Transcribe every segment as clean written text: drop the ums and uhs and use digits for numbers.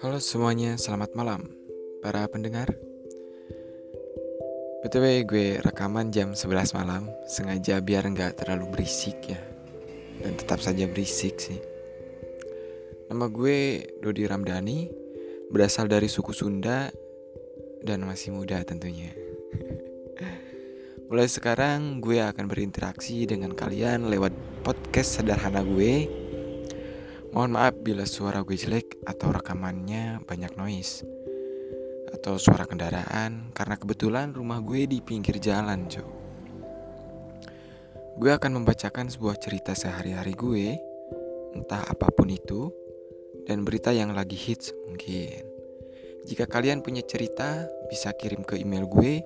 Halo semuanya, selamat malam para pendengar. BTW gue rekaman jam 11 malam, sengaja biar gak terlalu berisik ya. Dan tetap saja berisik sih. Nama gue Dodi Ramdhani, berasal dari suku Sunda dan masih muda tentunya. Mulai sekarang gue akan berinteraksi dengan kalian lewat podcast sederhana gue. Mohon maaf bila suara gue jelek atau rekamannya banyak noise atau suara kendaraan, karena kebetulan rumah gue di pinggir jalan, Jo. Gue akan membacakan sebuah cerita sehari-hari gue, entah apapun itu, dan berita yang lagi hits mungkin. Jika kalian punya cerita, bisa kirim ke email gue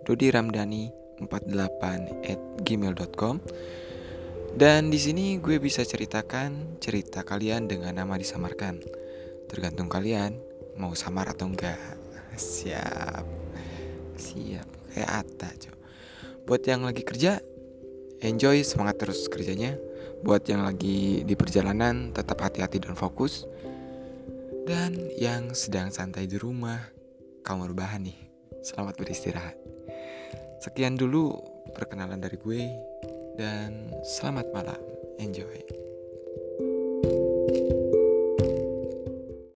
dodiramdhani48@gmail.com. Dan di sini gue bisa ceritakan cerita kalian dengan nama disamarkan. Tergantung kalian mau samar atau enggak. Siap. Kayak Atta, Jo. Buat yang lagi kerja, enjoy, semangat terus kerjanya. Buat yang lagi di perjalanan, tetap hati-hati dan fokus. Dan yang sedang santai di rumah, kamu rebahan nih, selamat beristirahat. Sekian dulu perkenalan dari gue, dan selamat malam. Enjoy.